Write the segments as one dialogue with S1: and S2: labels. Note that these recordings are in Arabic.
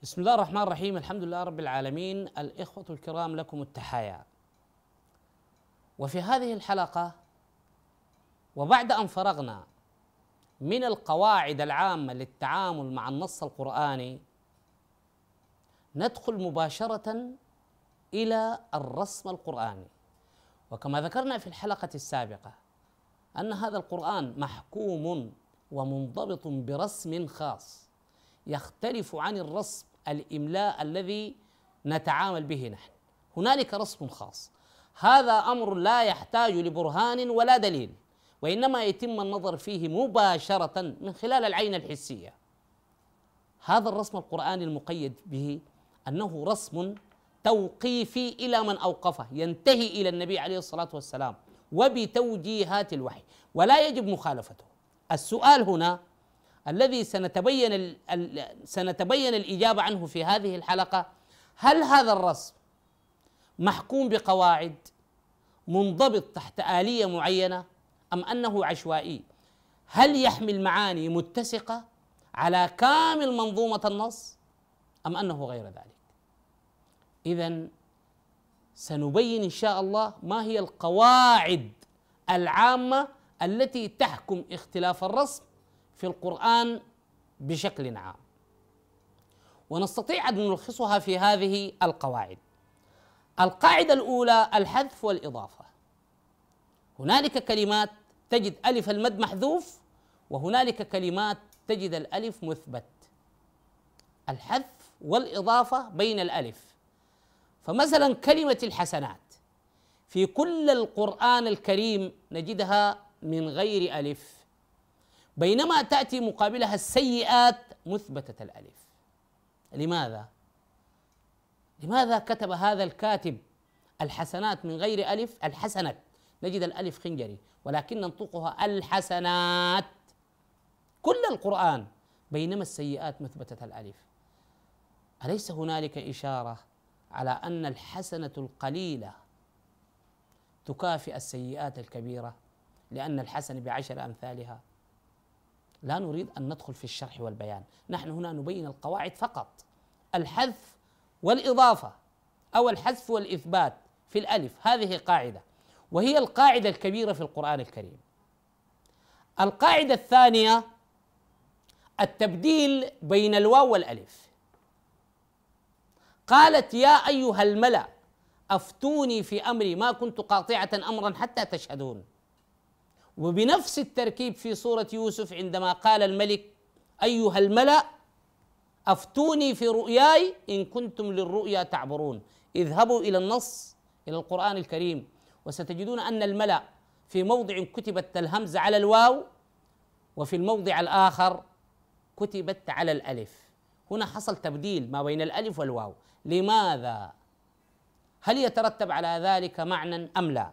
S1: بسم الله الرحمن الرحيم. الحمد لله رب العالمين. الإخوة الكرام، لكم التحايا. وفي هذه الحلقة وبعد أن فرغنا من القواعد العامة للتعامل مع النص القرآني، ندخل مباشرة إلى الرسم القرآني. وكما ذكرنا في الحلقة السابقة أن هذا القرآن محكوم ومنضبط برسم خاص يختلف عن الرسم الإملاء الذي نتعامل به نحن. هنالك رسم خاص، هذا أمر لا يحتاج لبرهان ولا دليل، وإنما يتم النظر فيه مباشرة من خلال العين الحسية. هذا الرسم القرآني المقيد به أنه رسم توقيفي إلى من أوقفه، ينتهي إلى النبي عليه الصلاة والسلام وبتوجيهات الوحي، ولا يجب مخالفته. السؤال هنا الذي سنتبين الإجابة عنه في هذه الحلقة: هل هذا الرسم محكوم بقواعد، منضبط تحت آلية معينة، أم أنه عشوائي؟ هل يحمل معاني متسقة على كامل منظومة النص، أم أنه غير ذلك؟ إذن سنبين إن شاء الله ما هي القواعد العامة التي تحكم اختلاف الرسم في القرآن بشكل عام، ونستطيع أن نلخصها في هذه القواعد. القاعدة الأولى: الحذف والإضافة. هنالك كلمات تجد ألف المد محذوف، وهنالك كلمات تجد الألف مثبت. الحذف والإضافة بين الألف. فمثلا كلمة الحسنات في كل القرآن الكريم نجدها من غير ألف، بينما تأتي مقابلها السيئات مثبتة الألف. لماذا كتب هذا الكاتب الحسنات من غير ألف؟ الحسنات نجد الألف خنجري، ولكن ننطقها الحسنات كل القرآن، بينما السيئات مثبتة الألف. أليس هنالك إشارة على أن الحسنة القليلة تكافئ السيئات الكبيرة، لأن الحسنة ب10 أمثالها؟ لا نريد أن ندخل في الشرح والبيان، نحن هنا نبين القواعد فقط. الحذف والإضافة أو الحذف والإثبات في الألف، هذه قاعدة، وهي القاعدة الكبيرة في القرآن الكريم. القاعدة الثانية: التبديل بين الواو والألف. قالت: يا أيها الملأ أفتوني في أمري ما كنت قاطعة أمرا حتى تشهدون. وبنفس التركيب في سورة يوسف عندما قال الملك: أيها الملأ أفتوني في رؤياي إن كنتم للرؤيا تعبرون. اذهبوا إلى النص، إلى القرآن الكريم، وستجدون أن الملأ في موضع كتبت الهمزة على الواو، وفي الموضع الآخر كتبت على الألف. هنا حصل تبديل ما بين الألف والواو. لماذا؟ هل يترتب على ذلك معنى أم لا؟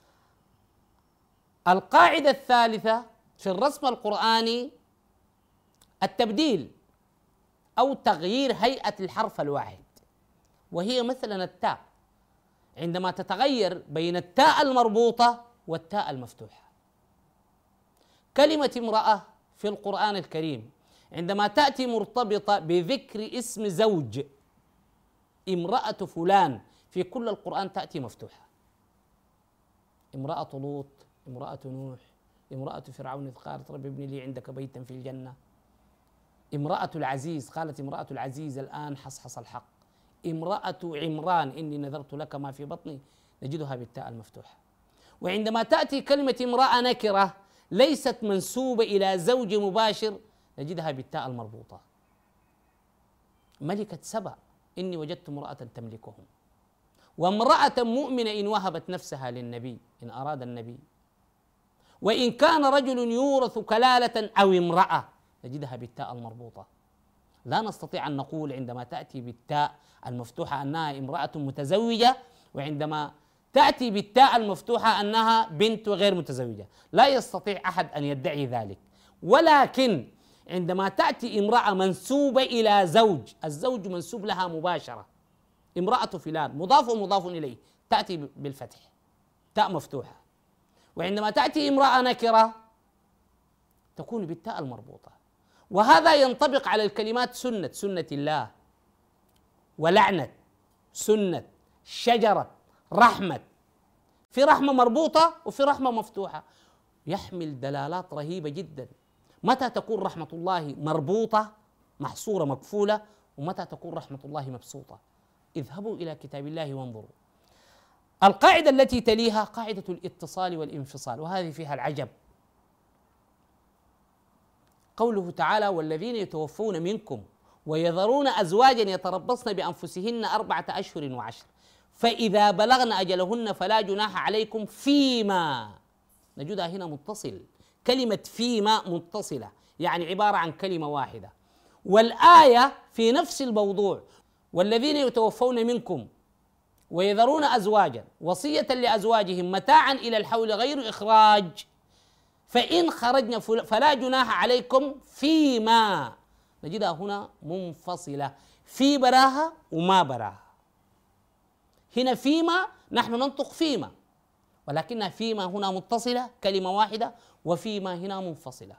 S1: القاعدة الثالثة في الرسم القرآني: التبديل أو تغيير هيئة الحرف الواحد، وهي مثلا التاء عندما تتغير بين التاء المربوطة والتاء المفتوحة. كلمة امرأة في القرآن الكريم عندما تأتي مرتبطة بذكر اسم زوج، امرأة فلان، في كل القرآن تأتي مفتوحة. امرأة لوط، امرأة نوح، امرأة فرعون إذ قالت رب ابن لي عندك بيتا في الجنة. امرأة العزيز، قالت امرأة العزيز الآن حصحص الحق. امرأة عمران إني نذرت لك ما في بطني، نجدها بالتاء المفتوحة. وعندما تأتي كلمة امرأة نكرة ليست منسوبة إلى زوج مباشر، نجدها بالتاء المربوطة. ملكة سبأ إني وجدت امرأة تملكهم. وامرأة مؤمنة إن وهبت نفسها للنبي إن أراد النبي. وإن كان رجل يورث كلالة أو امرأة، نجدها بالتاء المربوطة. لا نستطيع أن نقول عندما تأتي بالتاء المفتوحة أنها امرأة متزوجة، وعندما تأتي بالتاء المفتوحة أنها بنت غير متزوجة. لا يستطيع أحد أن يدعي ذلك. ولكن عندما تأتي امرأة منسوبة إلى زوج، الزوج منسوب لها مباشرة، امرأة فلان مضاف ومضاف إليه، تأتي بالفتح، تاء مفتوحة. وعندما تأتي امرأة نكرة تكون بالتاء المربوطة. وهذا ينطبق على الكلمات سنة الله، ولعنة، سنة، شجرة، رحمة. في رحمة مربوطة وفي رحمة مفتوحة، يحمل دلالات رهيبة جدا. متى تكون رحمة الله مربوطة محصورة مقفولة، ومتى تكون رحمة الله مبسوطة؟ اذهبوا إلى كتاب الله وانظروا. القاعدة التي تليها قاعدة الاتصال والانفصال، وهذه فيها العجب. قوله تعالى: والذين يتوفون منكم ويذرون أزواجا يتربصن بأنفسهن 4 أشهر وعشر فإذا بلغن أجلهن فلا جناح عليكم فيما، نجدها هنا متصل، كلمة فيما متصلة، يعني عبارة عن كلمة واحدة. والآية في نفس الموضوع: والذين يتوفون منكم ويذرون أزواجا وصية لأزواجهم متاعا إلى الحول غير إخراج فإن خرجنا فلا جناح عليكم فيما، نجدها هنا منفصلة، في براها وما براها. هنا فيما نحن ننطق فيما، ولكنها فيما هنا متصلة كلمة واحدة، وفيما هنا منفصلة.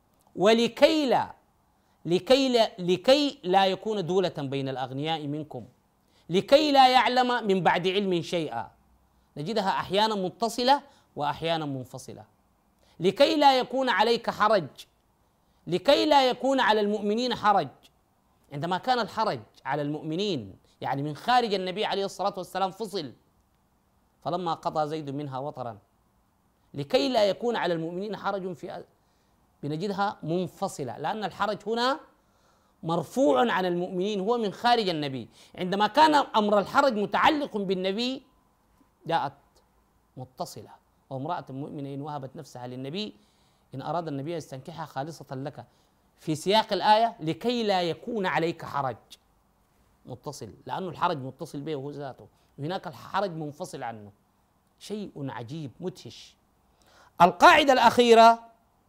S1: لكي لا يكون دولة بين الأغنياء منكم، لكي لا يعلم من بعد علم شيئا، نجدها أحيانا متصلة وأحيانا منفصلة. لكي لا يكون عليك حرج، لكي لا يكون على المؤمنين حرج. عندما كان الحرج على المؤمنين يعني من خارج النبي عليه الصلاة والسلام فصل: فلما قضى زيد منها وطرا. لكي لا يكون على المؤمنين حرج بنجدها منفصلة، لأن الحرج هنا مرفوع عن المؤمنين، هو من خارج النبي. عندما كان أمر الحرج متعلق بالنبي جاءت متصلة: وامرأة مؤمنة إن وهبت نفسها للنبي إن أراد النبي أن يستنكحها خالصة لك، في سياق الآية لكي لا يكون عليك حرج، متصل، لأنه الحرج متصل به هو ذاته، وهناك الحرج منفصل عنه. شيء عجيب مدهش. القاعدة الأخيرة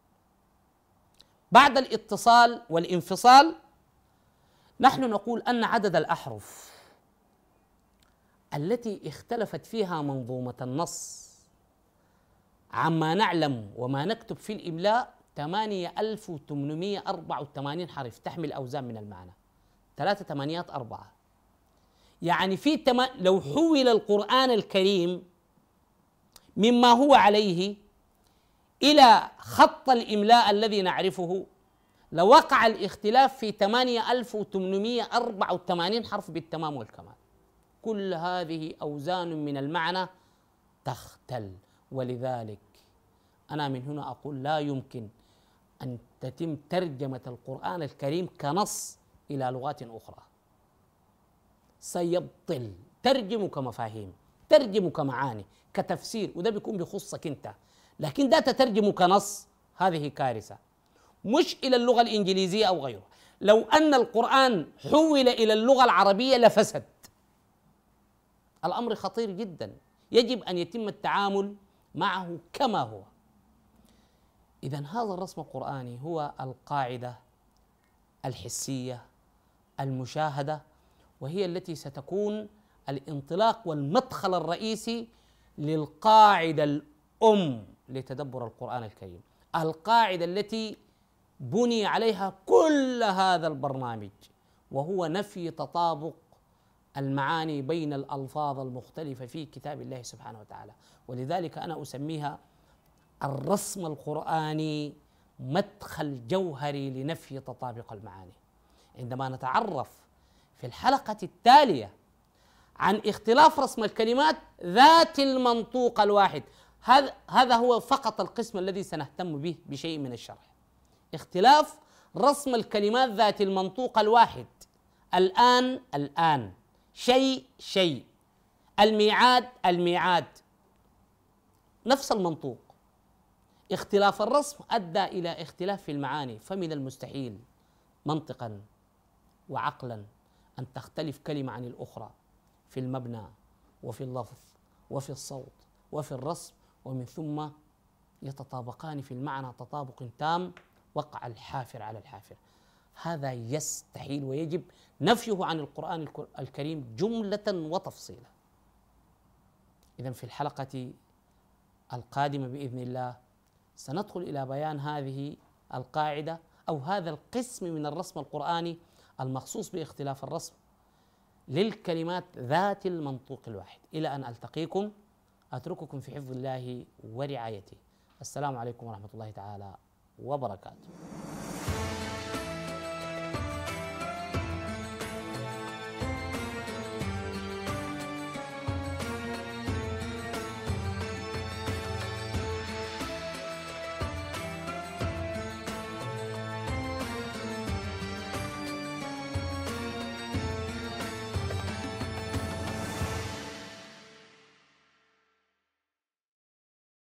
S1: بعد الاتصال والانفصال، نحن نقول أن عدد الأحرف التي اختلفت فيها منظومة النص عما نعلم وما نكتب في الإملاء 8884 حرف تحمل أوزان من المعنى، 3 8 4. يعني لو حول القرآن الكريم مما هو عليه إلى خط الإملاء الذي نعرفه لوقع الاختلاف في 8884 حرف بالتمام والكمال. كل هذه أوزان من المعنى تختل، ولذلك أنا من هنا أقول لا يمكن أن تتم ترجمة القرآن الكريم كنص إلى لغات أخرى، سيبطل. ترجمه كمفاهيم، ترجمه كمعاني، كتفسير، وده بيكون بخصك أنت، لكن ده تترجمه كنص، هذه كارثة. مش إلى اللغة الإنجليزية أو غيرها، لو أن القرآن حول إلى اللغة العربية لفسد. الأمر خطير جدا، يجب أن يتم التعامل معه كما هو. إذن هذا الرسم القرآني هو القاعدة الحسية المشاهدة، وهي التي ستكون الانطلاق والمدخل الرئيسي للقاعدة الأم لتدبر القرآن الكريم، القاعدة التي بني عليها كل هذا البرنامج، وهو نفي تطابق المعاني بين الألفاظ المختلفة في كتاب الله سبحانه وتعالى. ولذلك أنا أسميها الرسم القرآني مدخل جوهري لنفي تطابق المعاني. عندما نتعرف في الحلقة التالية عن اختلاف رسم الكلمات ذات المنطوق الواحد، هذا هو فقط القسم الذي سنهتم به بشيء من الشرح، اختلاف رسم الكلمات ذات المنطوق الواحد. الآن، شيء، الميعاد، نفس المنطوق. اختلاف الرسم أدى إلى اختلاف في المعاني، فمن المستحيل منطقا وعقلا أن تختلف كلمة عن الأخرى في المبنى وفي اللفظ وفي الصوت وفي الرسم، ومن ثم يتطابقان في المعنى تطابق تام، وقع الحافر على الحافر. هذا يستحيل ويجب نفيه عن القرآن الكريم جملة وتفصيلا. إذن في الحلقة القادمة بإذن الله سندخل إلى بيان هذه القاعدة أو هذا القسم من الرسم القرآني المخصوص باختلاف الرسم، للكلمات ذات المنطوق الواحد. إلى أن ألتقيكم أترككم في حفظ الله ورعايته. السلام عليكم ورحمة الله تعالى وبركاته.